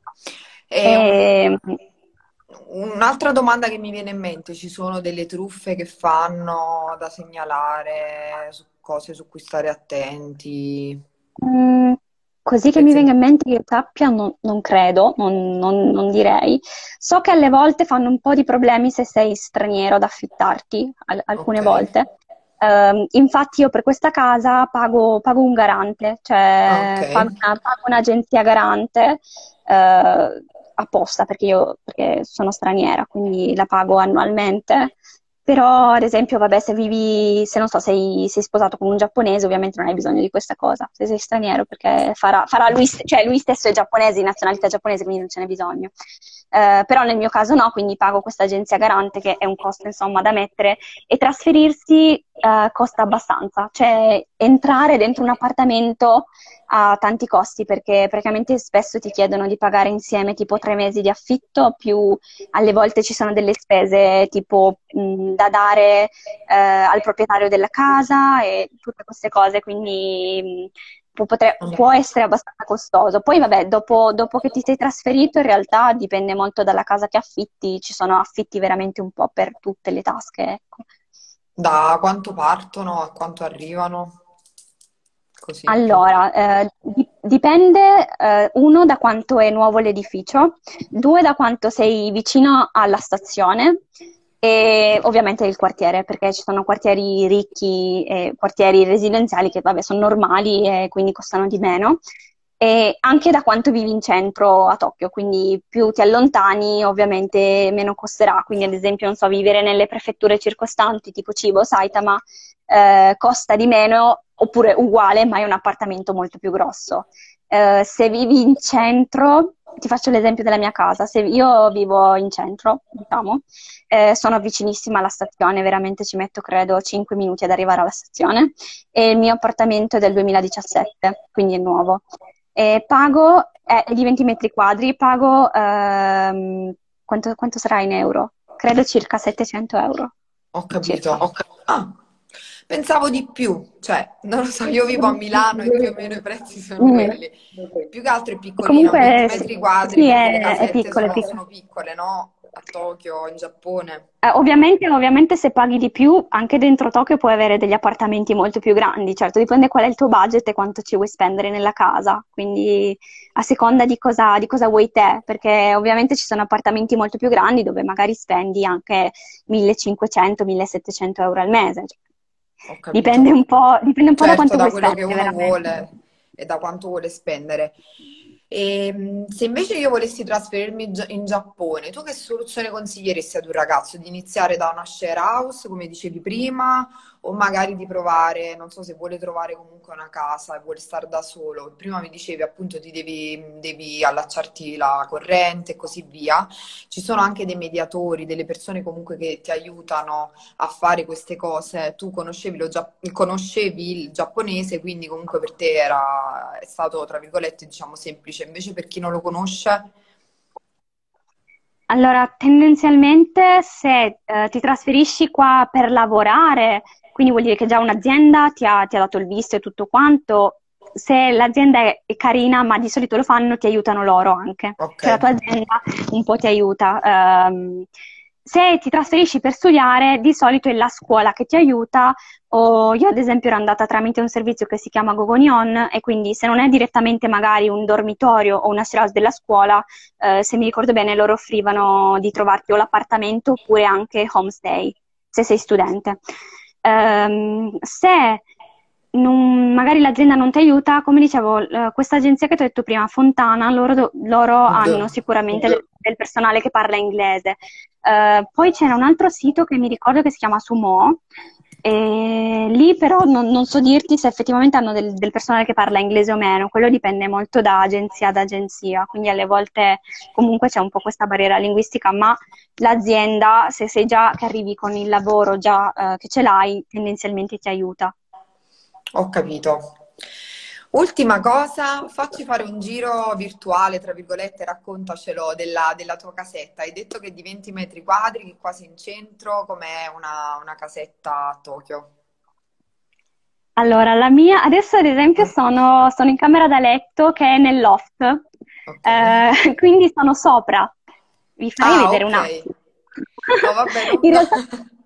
E un- E, un'altra domanda che mi viene in mente, ci sono delle truffe che fanno da segnalare su cose su cui stare attenti? Mm, così che mi Perché... venga in mente che io sappia, non, non credo, non, non- non direi. So che alle volte fanno un po' di problemi se sei straniero ad affittarti, al- Ok, alcune volte. Ehm, infatti io per questa casa pago, pago un garante, ah, ok. cioè pago, una- pago un'agenzia garante eh, apposta perché io perché sono straniera, quindi la pago annualmente. Però, ad esempio, vabbè, se vivi, se non so, sei, sei sposato con un giapponese, ovviamente non hai bisogno di questa cosa. Se sei straniero, perché farà, farà lui, st- cioè lui stesso è giapponese, di nazionalità giapponese, quindi non ce n'è bisogno. Eh, però nel mio caso no, quindi pago questa agenzia garante che è un costo, insomma, da mettere e trasferirsi, eh, costa abbastanza. Cioè, entrare dentro un appartamento ha tanti costi perché praticamente spesso ti chiedono di pagare insieme tipo tre mesi di affitto più alle volte ci sono delle spese tipo mh, da dare eh, al proprietario della casa e tutte queste cose, quindi mh, può, potre- può essere abbastanza costoso. Poi vabbè, dopo, dopo che ti sei trasferito, in realtà dipende molto dalla casa che affitti, ci sono affitti veramente un po' per tutte le tasche, ecco. Da quanto partono a quanto arrivano? Così più. Allora, eh, di- dipende, eh, uno, da quanto è nuovo l'edificio, due, da quanto sei vicino alla stazione e ovviamente il quartiere, perché ci sono quartieri ricchi e quartieri residenziali che, vabbè, sono normali e quindi costano di meno. E anche da quanto vivi in centro a Tokyo, quindi più ti allontani, ovviamente meno costerà. Quindi, ad esempio, non so, vivere nelle prefetture circostanti, tipo Chiba o Saitama, eh, costa di meno oppure uguale, ma è un appartamento molto più grosso. Eh, se vivi in centro, ti faccio l'esempio della mia casa, se io vivo in centro, diciamo, eh, sono vicinissima alla stazione, veramente ci metto credo cinque minuti ad arrivare alla stazione e il mio appartamento è del duemiladiciassette, quindi è nuovo. E pago, è di venti metri quadri, pago, ehm, quanto, quanto sarà in euro? Credo circa settecento euro. Ho capito. Circa. Ho cap- ah, pensavo di più, cioè, non lo so, io vivo a Milano e più o meno i prezzi sono Mm. quelli. Più che altro è piccolino, venti Comunque, metri quadri, sì, perché le è, è casette piccolo, è sono, piccolo. sono piccole, no? A Tokyo, in Giappone. Eh, ovviamente, ovviamente se paghi di più, anche dentro Tokyo puoi avere degli appartamenti molto più grandi, certo dipende qual è il tuo budget e quanto ci vuoi spendere nella casa, quindi a seconda di cosa, di cosa vuoi te, perché ovviamente ci sono appartamenti molto più grandi dove magari spendi anche millecinquecento-millesettecento euro al mese, cioè, Ho dipende capito. un po', dipende un po' da Certo, quanto da vuoi quello che spendere uno veramente. vuole e da quanto vuole spendere. E mh, se invece io volessi trasferirmi in Gia- in Giappone, tu che soluzione consiglieresti ad un ragazzo? Di iniziare da una share house, come dicevi prima, o magari di provare, non so se vuole trovare comunque una casa e vuole stare da solo. Prima mi dicevi appunto ti devi, devi allacciarti la corrente e così via. Ci sono anche dei mediatori, delle persone comunque che ti aiutano a fare queste cose. Tu conoscevi lo gia- conoscevi il giapponese, quindi comunque per te era, è stato, tra virgolette, diciamo semplice. Invece per chi non lo conosce, Allora, tendenzialmente se eh, ti trasferisci qua per lavorare, quindi vuol dire che già un'azienda ti ha, ti ha dato il visto e tutto quanto, se l'azienda è, è carina, ma di solito lo fanno, ti aiutano loro anche, ok. cioè la tua azienda un po' ti aiuta. Ehm, se ti trasferisci per studiare, di solito è la scuola che ti aiuta, o io ad esempio ero andata tramite un servizio che si chiama Gogonion e quindi se non è direttamente magari un dormitorio o una share house della scuola, eh, se mi ricordo bene, loro offrivano di trovarti o l'appartamento oppure anche homestay, se sei studente. Ehm, se non- magari l'azienda non ti aiuta, come dicevo, eh, questa agenzia che ti ho detto prima, Fontana, loro, do- loro hanno D. sicuramente del, del personale che parla inglese. Eh, poi c'era un altro sito che mi ricordo che si chiama Sumo, e lì però non, non so dirti se effettivamente hanno del, del personale che parla inglese o meno, quello dipende molto da agenzia ad agenzia, quindi alle volte comunque c'è un po' questa barriera linguistica, ma l'azienda, se sei già che arrivi con il lavoro già eh, che ce l'hai, tendenzialmente ti aiuta. Ho capito. Ultima cosa, facci fare un giro virtuale, tra virgolette, raccontacelo della, della tua casetta. Hai detto che è di venti metri quadri, che è quasi in centro, com'è una, una casetta a Tokyo. Allora, la mia, adesso ad esempio sono, sono in camera da letto che è nel loft, Ok. eh, quindi sono sopra. Vi farei Ah, vedere ok. un attimo. No, vabbè, non... In realtà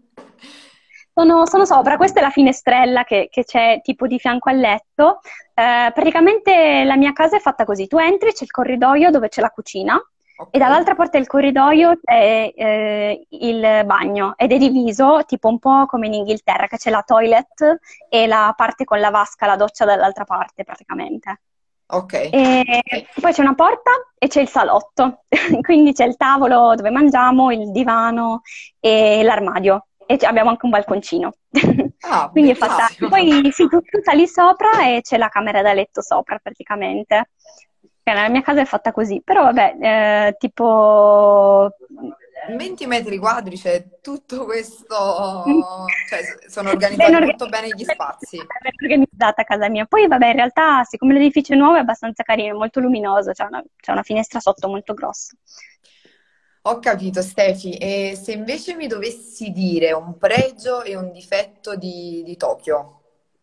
sono, sono sopra, questa è la finestrella che, che c'è tipo di fianco al letto. Eh, praticamente la mia casa è fatta così: tu entri, c'è il corridoio dove c'è la cucina Ok, e dall'altra parte del corridoio c'è eh, il bagno ed è diviso tipo un po' come in Inghilterra, che c'è la toilet e la parte con la vasca, la doccia dall'altra parte praticamente. ok, E poi c'è una porta e c'è il salotto, quindi c'è il tavolo dove mangiamo, il divano e l'armadio e c- abbiamo anche un balconcino. ah, Quindi è fatta. bellissimo. Poi sì, tu, tu sali sopra e c'è la camera da letto sopra praticamente. Eh, La mia casa è fatta così, però vabbè, eh, tipo. venti metri quadri, c'è tutto Mm. questo, cioè s- sono Ben organizzati organizzata, molto bene gli spazi. ben organizzata a casa mia. Poi, vabbè, in realtà, siccome l'edificio è nuovo, è abbastanza carino, è molto luminoso, c'è una, c'è una finestra sotto molto grossa. Ho capito, Stefi. E se invece mi dovessi dire un pregio e un difetto di, di Tokyo?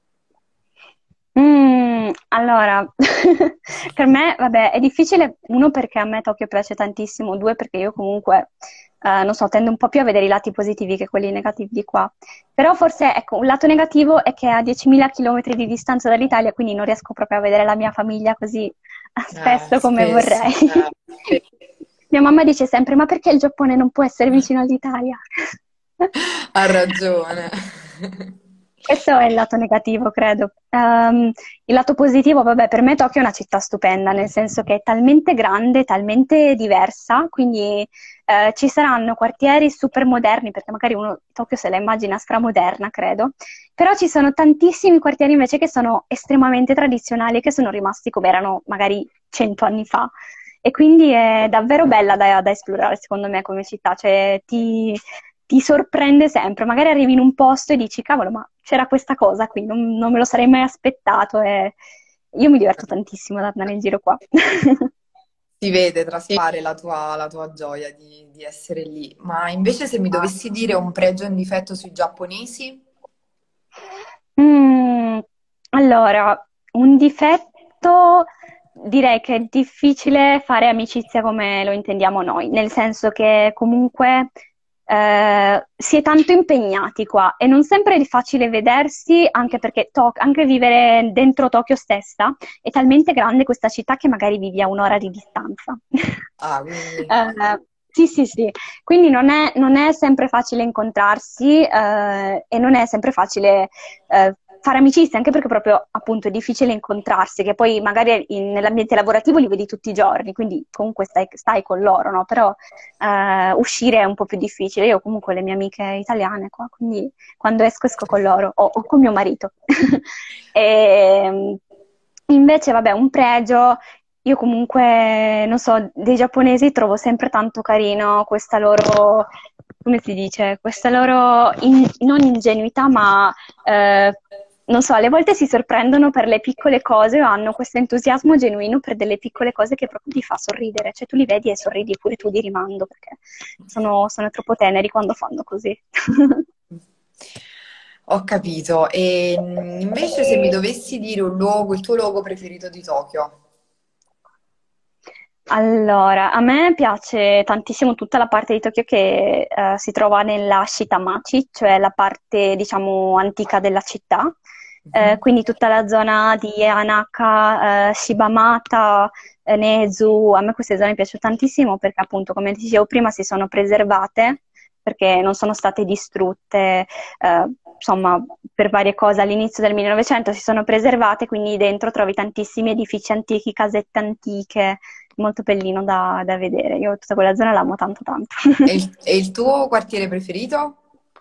Mm, allora, per me, vabbè, è difficile, uno perché a me Tokyo piace tantissimo, due perché io comunque, eh, non so, tendo un po' più a vedere i lati positivi che quelli negativi di qua. Però forse, ecco, un lato negativo è che è a diecimila chilometri di distanza dall'Italia, quindi non riesco proprio a vedere la mia famiglia così Eh, spesso come vorrei. spesso. Mia mamma dice sempre, ma perché il Giappone non può essere vicino all'Italia? Ha ragione. Questo è il lato negativo, credo. Ehm, il lato positivo, vabbè, per me Tokyo è una città stupenda, nel senso che è talmente grande, talmente diversa, quindi eh, ci saranno quartieri super moderni, perché magari uno Tokyo se la immagina stramoderna, credo, però ci sono tantissimi quartieri invece che sono estremamente tradizionali, che sono rimasti come erano magari cento anni fa. E quindi è davvero bella da, da esplorare, secondo me, come città, cioè ti ti sorprende sempre. Magari arrivi in un posto e dici, cavolo, ma c'era questa cosa qui, non, non me lo sarei mai aspettato. E io mi diverto tantissimo ad andare in giro qua. Si vede, traspare la tua, la tua gioia di, di essere lì. Ma invece se mi dovessi dire un pregio e un difetto sui giapponesi? Mm, allora, un difetto direi che è difficile fare amicizia come lo intendiamo noi, nel senso che comunque eh, si è tanto impegnati qua e non sempre è facile vedersi, anche perché To- anche vivere dentro Tokyo stessa è talmente grande questa città che magari vivi a un'ora di distanza. Ah, quindi... Eh, sì, sì, sì. Quindi non è, non è sempre facile incontrarsi eh, e non è sempre facile eh, fare amicizia, anche perché proprio appunto è difficile incontrarsi, che poi magari in- nell'ambiente lavorativo li vedi tutti i giorni, quindi comunque stai, stai con loro, no? Però eh, uscire è un po' più difficile. Io ho comunque le mie amiche italiane qua, quindi quando esco esco con loro o, o con mio marito. E, invece, vabbè, un pregio. Io comunque, non so, dei giapponesi trovo sempre tanto carino questa loro, come si dice, questa loro in- non ingenuità, ma eh, non so, alle volte si sorprendono per le piccole cose o hanno questo entusiasmo genuino per delle piccole cose che proprio ti fa sorridere. Cioè tu li vedi e sorridi pure tu di rimando perché sono, sono troppo teneri quando fanno così. Ho capito. E mh, invece se mi dovessi dire un luogo, il tuo luogo preferito di Tokyo? Allora, a me piace tantissimo tutta la parte di Tokyo che eh, si trova nella Shitamachi, cioè la parte, diciamo, antica della città. Eh, Mhm. quindi tutta la zona di Hanaka, eh, Shibamata, eh, Nezu. A me queste zone piacciono tantissimo perché appunto, come dicevo prima, si sono preservate perché non sono state distrutte, eh, insomma, per varie cose all'inizio del millenovecento si sono preservate, quindi dentro trovi tantissimi edifici antichi, casette antiche, molto bellino da, da vedere. Io tutta quella zona l'amo tanto tanto. E il, e il tuo quartiere preferito?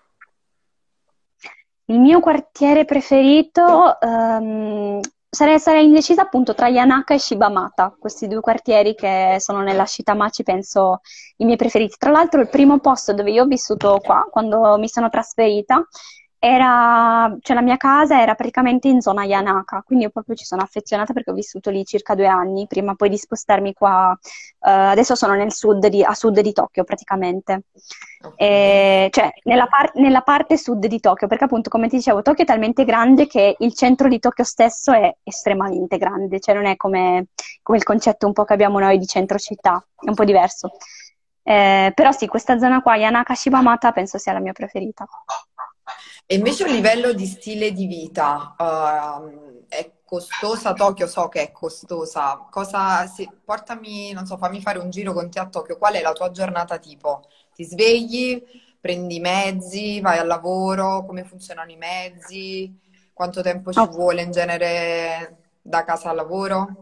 Il mio quartiere preferito, ehm, sarei, sarei indecisa appunto tra Yanaka e Shibamata, questi due quartieri che sono nella Shitamachi, penso i miei preferiti. Tra l'altro il primo posto dove io ho vissuto qua, quando mi sono trasferita, era, cioè la mia casa era praticamente in zona Yanaka, quindi io proprio ci sono affezionata perché ho vissuto lì circa due anni, prima poi di spostarmi qua, eh, adesso sono nel sud di- a sud di Tokyo praticamente. Ok. Eh, cioè nella, par- nella parte sud di Tokyo, perché appunto come ti dicevo Tokyo è talmente grande che il centro di Tokyo stesso è estremamente grande, cioè non è come, come il concetto un po' che abbiamo noi di centro città, è un po' diverso. Eh, però sì, questa zona qua, Yanaka Shibamata, penso sia la mia preferita. E invece un livello di stile di vita, ehm, è costosa Tokyo? So che è costosa. Cosa, se- portami, non so, fammi fare un giro con te a Tokyo. Qual è la tua giornata tipo? Ti svegli, prendi i mezzi, vai al lavoro, come funzionano i mezzi? Quanto tempo ci Ok. vuole in genere da casa al lavoro?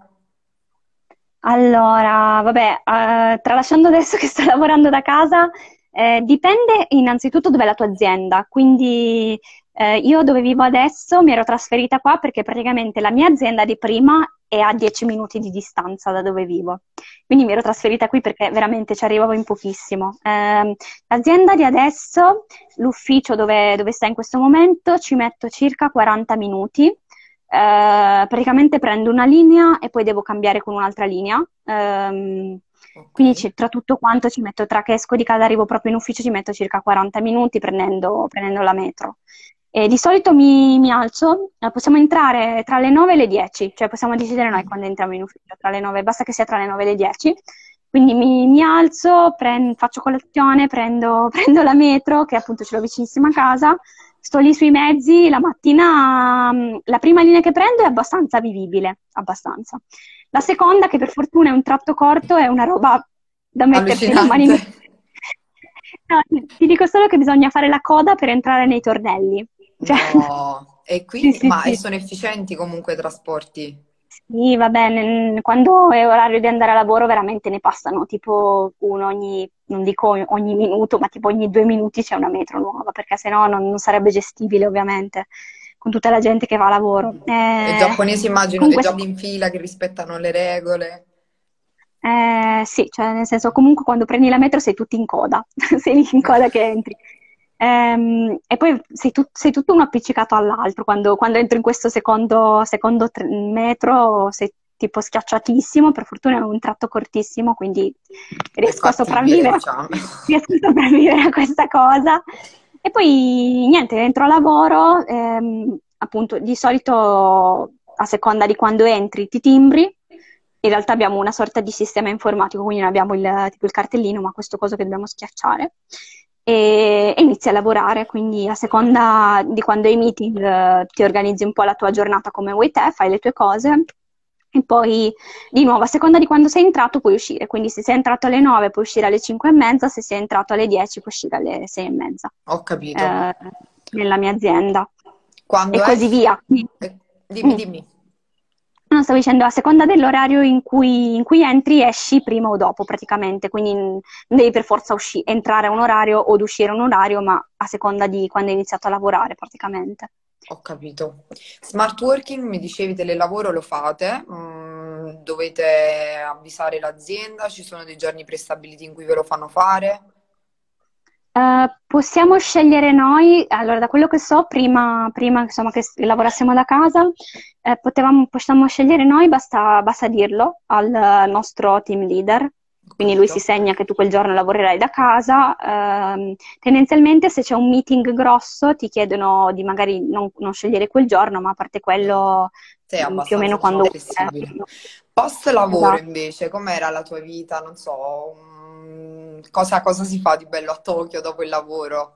Allora, vabbè, eh, tralasciando adesso che sto lavorando da casa, eh, dipende innanzitutto dove è la tua azienda. Quindi eh, io dove vivo adesso mi ero trasferita qua perché praticamente la mia azienda di prima è a dieci minuti di distanza da dove vivo. Quindi mi ero trasferita qui perché veramente ci arrivavo in pochissimo. Ehm, l'azienda di adesso, l'ufficio dove, dove sta in questo momento, ci metto circa quaranta minuti. Eh, praticamente prendo una linea e poi devo cambiare con un'altra linea. Ehm, Ok. quindi ci- tra tutto quanto ci metto, tra che esco di casa e arrivo proprio in ufficio, ci metto circa quaranta minuti prendendo, prendendo la metro. E di solito mi, mi alzo, eh, possiamo entrare tra le nove e le dieci, cioè possiamo decidere noi quando entriamo in ufficio, tra le nove, basta che sia tra le nove e le dieci. Quindi mi, mi alzo, pren- faccio colazione, prendo, prendo la metro, che appunto ce l'ho vicinissima a casa, sto lì sui mezzi, la mattina mh, la prima linea che prendo è abbastanza vivibile, abbastanza. La seconda, che per fortuna è un tratto corto, è una roba da mettersi le mani Allucinante. in... No, ti ti dico solo che bisogna fare la coda per entrare nei tornelli. Cioè, No, e sì, quindi, sì, ma e sì. sono efficienti comunque i trasporti? Sì, va bene, quando è orario di andare a lavoro veramente ne passano tipo uno ogni, non dico ogni minuto, ma tipo ogni due minuti c'è una metro nuova, perché sennò non, non sarebbe gestibile ovviamente, con tutta la gente che va a lavoro. E i Eh, giapponesi immagino dei comunque sì. giorni in fila che rispettano le regole. Eh, sì, cioè nel senso comunque quando prendi la metro sei tutti in coda, sei lì in coda che entri. Ehm, e poi sei, tu- sei tutto uno appiccicato all'altro, quando, quando entro in questo secondo, secondo tre- metro sei tipo schiacciatissimo, per fortuna è un tratto cortissimo, quindi È riesco a fattibile, sopravvivere, diciamo. riesco a sopravvivere a questa cosa. E poi niente, entro a lavoro, ehm, appunto di solito a seconda di quando entri ti timbri. In realtà abbiamo una sorta di sistema informatico, quindi non abbiamo il, tipo il cartellino, ma questo coso che dobbiamo schiacciare. E, e inizi a lavorare, quindi a seconda di quando hai meeting eh, ti organizzi un po' la tua giornata come vuoi te, fai le tue cose e poi di nuovo a seconda di quando sei entrato puoi uscire, quindi se sei entrato alle nove puoi uscire alle cinque e mezza, se sei entrato alle dieci puoi uscire alle sei e mezza Ho capito. eh, nella mia azienda e Quando così esci... via. eh, Dimmi, Mm. dimmi. No, stavo dicendo, a seconda dell'orario in cui, in cui entri, esci prima o dopo praticamente, quindi mm, non devi per forza usci- entrare a un orario o uscire a un orario, ma a seconda di quando hai iniziato a lavorare praticamente. Ho capito. Smart working, mi dicevi telelavoro lo fate, mm, dovete avvisare l'azienda, ci sono dei giorni prestabiliti in cui ve lo fanno fare? Eh, possiamo scegliere noi, allora da quello che so, prima, prima insomma, che s- lavorassimo da casa, eh, potevamo, possiamo scegliere noi, basta, basta dirlo al nostro team leader, Ho quindi lui si capito. segna che tu quel giorno lavorerai da casa. Ehm, tendenzialmente se c'è un meeting grosso ti chiedono di magari non, non scegliere quel giorno, ma a parte quello Sei mh, più o abbastanza, meno diciamo, quando flessibile. vuoi. Post lavoro Esatto. invece, com'era la tua vita? Non so, mm, cosa, cosa si fa di bello a Tokyo dopo il lavoro?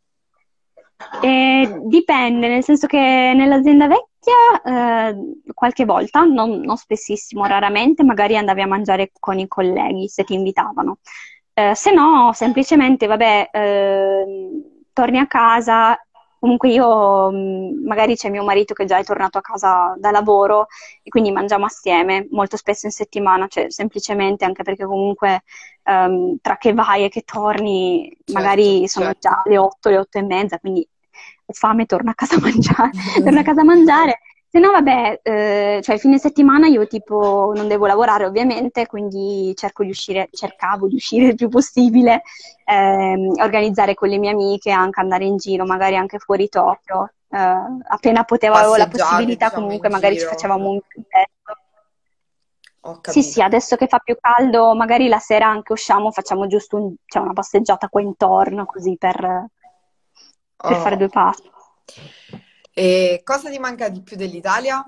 E dipende, nel senso che nell'azienda vecchia eh, qualche volta, non, non spessissimo, raramente, magari andavi a mangiare con i colleghi se ti invitavano. Eh, se no, semplicemente, vabbè, ehm, torni a casa, comunque io, mh, magari c'è mio marito che già è tornato a casa da lavoro e quindi mangiamo assieme, molto spesso in settimana, cioè semplicemente anche perché comunque ehm, tra che vai e che torni, Certo. magari sono già le otto, le otto e mezza, quindi ho fame, torno a casa a mangiare, torno a casa a mangiare. Se no, vabbè, eh, cioè il fine settimana io tipo non devo lavorare ovviamente, quindi cerco di uscire, cercavo di uscire il più possibile, ehm, organizzare con le mie amiche, anche andare in giro, magari anche fuori Tokyo. Eh, appena potevo, avevo la Passeggiate, possibilità, diciamo, in comunque magari ci giro. facevamo un viaggetto. Ho Sì, sì, capito. adesso che fa più caldo, magari la sera anche usciamo, facciamo giusto un- cioè una passeggiata qua intorno, così per, per fare Oh. due passi. E cosa ti manca di più dell'Italia?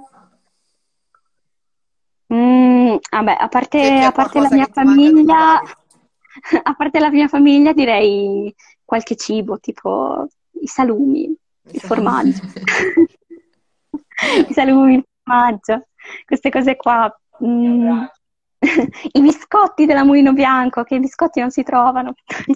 Mm, vabbè, a Se parte, c'è a parte la qualcosa mia che ti manca famiglia, dell'Italia. a parte la mia famiglia, direi qualche cibo, tipo i salumi, Mi il sa- formaggio. I salumi, il formaggio, queste cose qua. Mm. I biscotti della Mulino Bianco, che i biscotti non si trovano.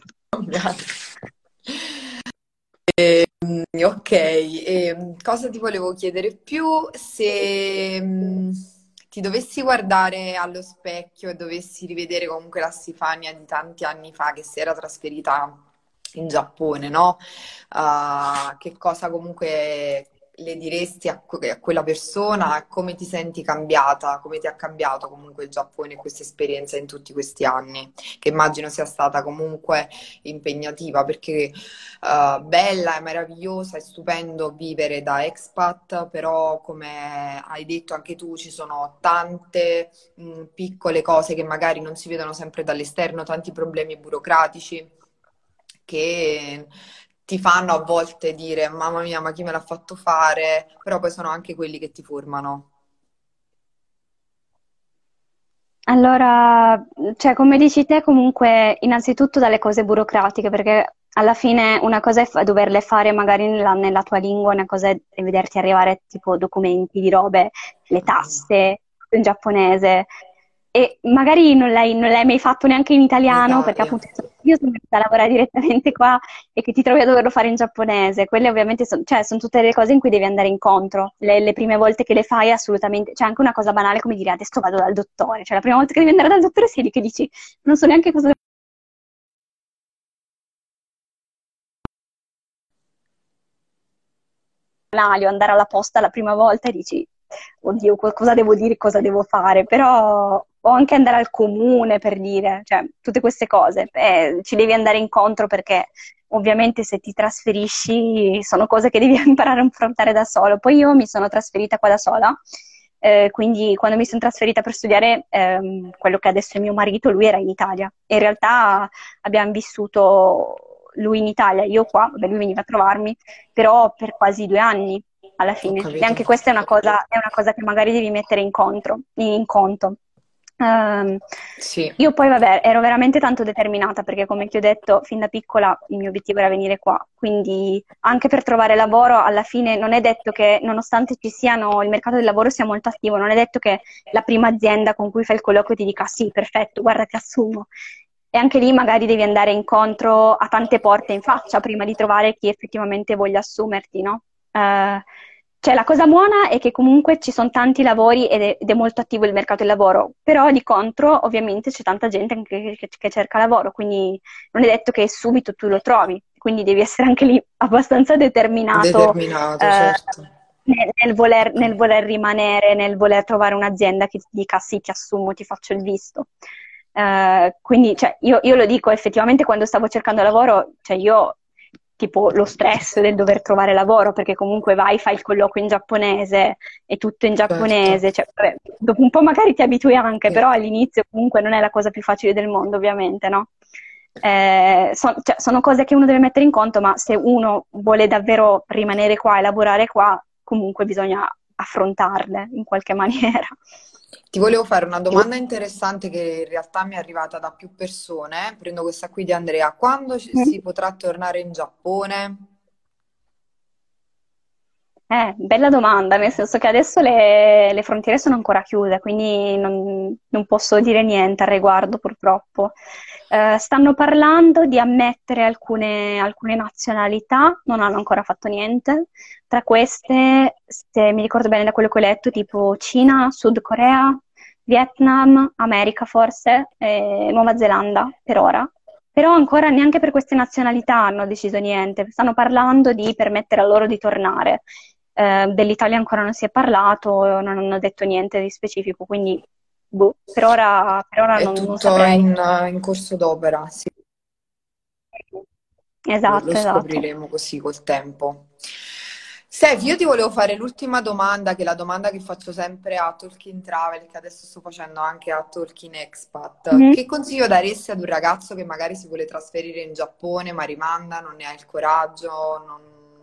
Mm, Ok, e cosa ti volevo chiedere più? Se mm, ti dovessi guardare allo specchio e dovessi rivedere comunque la Stefania di tanti anni fa che si era trasferita in Giappone, no? Ah, che cosa comunque le diresti a, que- a quella persona? Come ti senti cambiata? Come ti ha cambiato comunque il Giappone e questa esperienza in tutti questi anni? Che immagino sia stata comunque impegnativa perché Uh, bella, è meravigliosa, è stupendo vivere da expat, però come hai detto anche tu ci sono tante mh, piccole cose che magari non si vedono sempre dall'esterno, tanti problemi burocratici che ti fanno a volte dire mamma mia, ma chi me l'ha fatto fare? Però poi sono anche quelli che ti formano. Allora, cioè, come dici te, comunque, innanzitutto dalle cose burocratiche, perché alla fine una cosa è fa- doverle fare magari nella, nella tua lingua, una cosa è è vederti arrivare tipo documenti di robe, le tasse in giapponese, e magari non l'hai non l'hai mai fatto neanche in In italiano, perché Italia. appunto io sono venuta a lavorare direttamente qua e che ti trovi a doverlo fare in giapponese. Quelle ovviamente sono, cioè, sono tutte le cose in cui devi andare incontro. Le, le prime volte che le fai assolutamente, cioè anche una cosa banale come dire adesso vado dal dottore, cioè la prima volta che devi andare dal dottore sei lì che dici non so neanche cosa o andare alla posta la prima volta e dici, oddio, co- cosa devo dire, cosa devo fare, però o anche andare al comune per dire, cioè tutte queste cose, eh, ci devi andare incontro perché ovviamente se ti trasferisci sono cose che devi imparare a affrontare da solo. Poi io mi sono trasferita qua da sola, eh, quindi quando mi sono trasferita per studiare, ehm, quello che adesso è mio marito, lui era in Italia. E in realtà abbiamo vissuto lui in Italia, io qua, vabbè, lui veniva a trovarmi, però per quasi due anni alla Ho fine. E capito. anche questa è una cosa, è una cosa che magari devi mettere in, contro, in conto. Ehm, Sì, io poi, vabbè, ero veramente tanto determinata perché, come ti ho detto, fin da piccola il mio obiettivo era venire qua. Quindi, anche per trovare lavoro, alla fine non è detto che, nonostante ci siano, il mercato del lavoro sia molto attivo, non è detto che la prima azienda con cui fai il colloquio ti dica sì, perfetto, guarda, ti assumo. E anche lì magari devi andare incontro a tante porte in faccia prima di trovare chi effettivamente voglia assumerti, no? Eh, cioè, la cosa buona è che comunque ci sono tanti lavori ed è, ed è molto attivo il mercato del lavoro, però di contro ovviamente c'è tanta gente che, che- che cerca lavoro, quindi non è detto che subito tu lo trovi, quindi devi essere anche lì abbastanza determinato determinato, eh, certo. nel, nel voler, Ok. nel voler rimanere, nel voler trovare un'azienda che ti dica sì, ti assumo, ti faccio il visto. Eh, quindi cioè, io, io lo dico effettivamente quando stavo cercando lavoro, cioè io tipo lo stress del dover trovare lavoro, perché comunque vai, fai il colloquio in giapponese, è tutto in Certo. giapponese, cioè, vabbè, dopo un po' magari ti abitui anche, Sì. però all'inizio comunque non è la cosa più facile del mondo, ovviamente, no? Eh, son- cioè, sono cose che uno deve mettere in conto, ma se uno vuole davvero rimanere qua e lavorare qua, comunque bisogna affrontarle in qualche maniera. Ti volevo fare una domanda interessante che in realtà mi è arrivata da più persone. Prendo questa qui di Andrea. Quando ci- Mm. si potrà tornare in Giappone? Eh, bella domanda, nel senso che adesso le, le frontiere sono ancora chiuse, quindi non, non posso dire niente al riguardo purtroppo. Eh, stanno parlando di ammettere alcune, alcune nazionalità, non hanno ancora fatto niente. Tra queste, se mi ricordo bene da quello che ho letto, tipo Cina, Sud Corea, Vietnam, America forse, e Nuova Zelanda per ora. Però ancora neanche per queste nazionalità hanno deciso niente, stanno parlando di permettere a loro di tornare. Eh, dell'Italia ancora non si è parlato, non hanno detto niente di specifico, quindi boh, per ora, per ora È non, non tutto saprei. in, in corso d'opera, sì. Lo, lo Esatto, esatto. scopriremo così col tempo. Senti, io ti volevo fare l'ultima domanda, che è la domanda che faccio sempre a Talking Travel, che adesso sto facendo anche a Talking Expat. Mhm. Che consiglio daresti ad un ragazzo che magari si vuole trasferire in Giappone, ma rimanda, non ne ha il coraggio, non,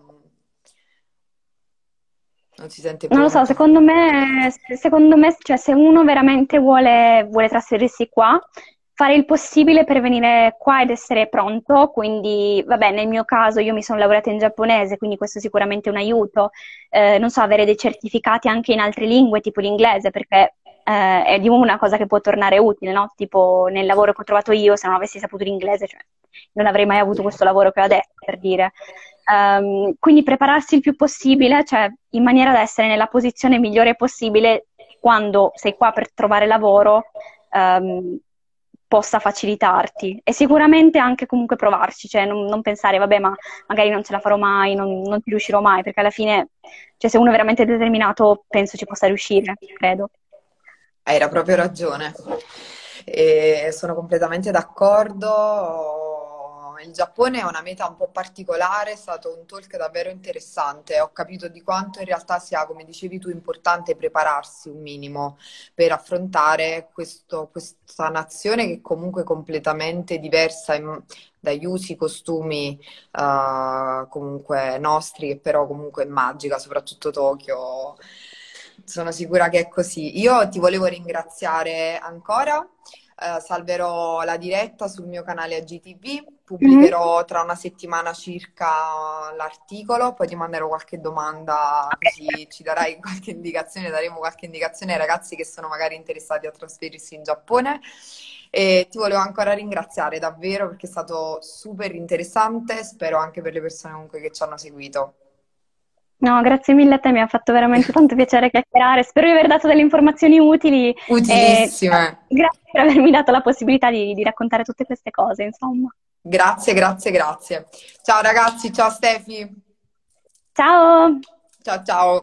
non si sente Non lo so, pronto? secondo me, secondo me, cioè, se uno veramente vuole, vuole trasferirsi qua, fare il possibile per venire qua ed essere pronto, quindi, vabbè, nel mio caso io mi sono laureata in giapponese, quindi questo è sicuramente un aiuto. Eh, non so, avere dei certificati anche in altre lingue, tipo l'inglese, perché eh, è di una cosa che può tornare utile, no? Tipo nel lavoro che ho trovato io, se non avessi saputo l'inglese, cioè, non avrei mai avuto questo lavoro che ho adesso, per dire. Ehm, quindi prepararsi il più possibile, cioè in maniera da essere nella posizione migliore possibile quando sei qua per trovare lavoro, ehm, possa facilitarti. E sicuramente anche comunque provarci, cioè non, non pensare, vabbè, ma magari non ce la farò mai, non, non ci riuscirò mai, perché alla fine, cioè, se uno è veramente determinato, penso ci possa riuscire, credo. Hai ra- proprio ragione. E sono completamente d'accordo. Il Giappone è una meta un po' particolare, è stato un talk davvero interessante. Ho capito di quanto in realtà sia, come dicevi tu, importante prepararsi un minimo per affrontare questo- questa nazione che è comunque completamente diversa in- dagli usi, costumi, eh, comunque nostri, che però comunque è magica, soprattutto Tokyo. Sono sicura che è così. Io ti volevo ringraziare ancora. eh, salverò la diretta sul mio canale I G T V, Mhm. pubblicherò tra una settimana circa l'articolo, poi ti manderò qualche domanda Ok. così ci darai qualche indicazione, daremo qualche indicazione ai ragazzi che sono magari interessati a trasferirsi in Giappone. E ti volevo ancora ringraziare davvero perché è stato super interessante, spero anche per le persone comunque che ci hanno seguito. No, grazie mille a te, mi ha fatto veramente tanto piacere chiacchierare. Spero di aver dato delle informazioni utili e Utilissime. grazie per avermi dato la possibilità di, di raccontare tutte queste cose, insomma. Grazie, grazie, grazie. Ciao ragazzi, ciao Stefi. Ciao! Ciao, ciao.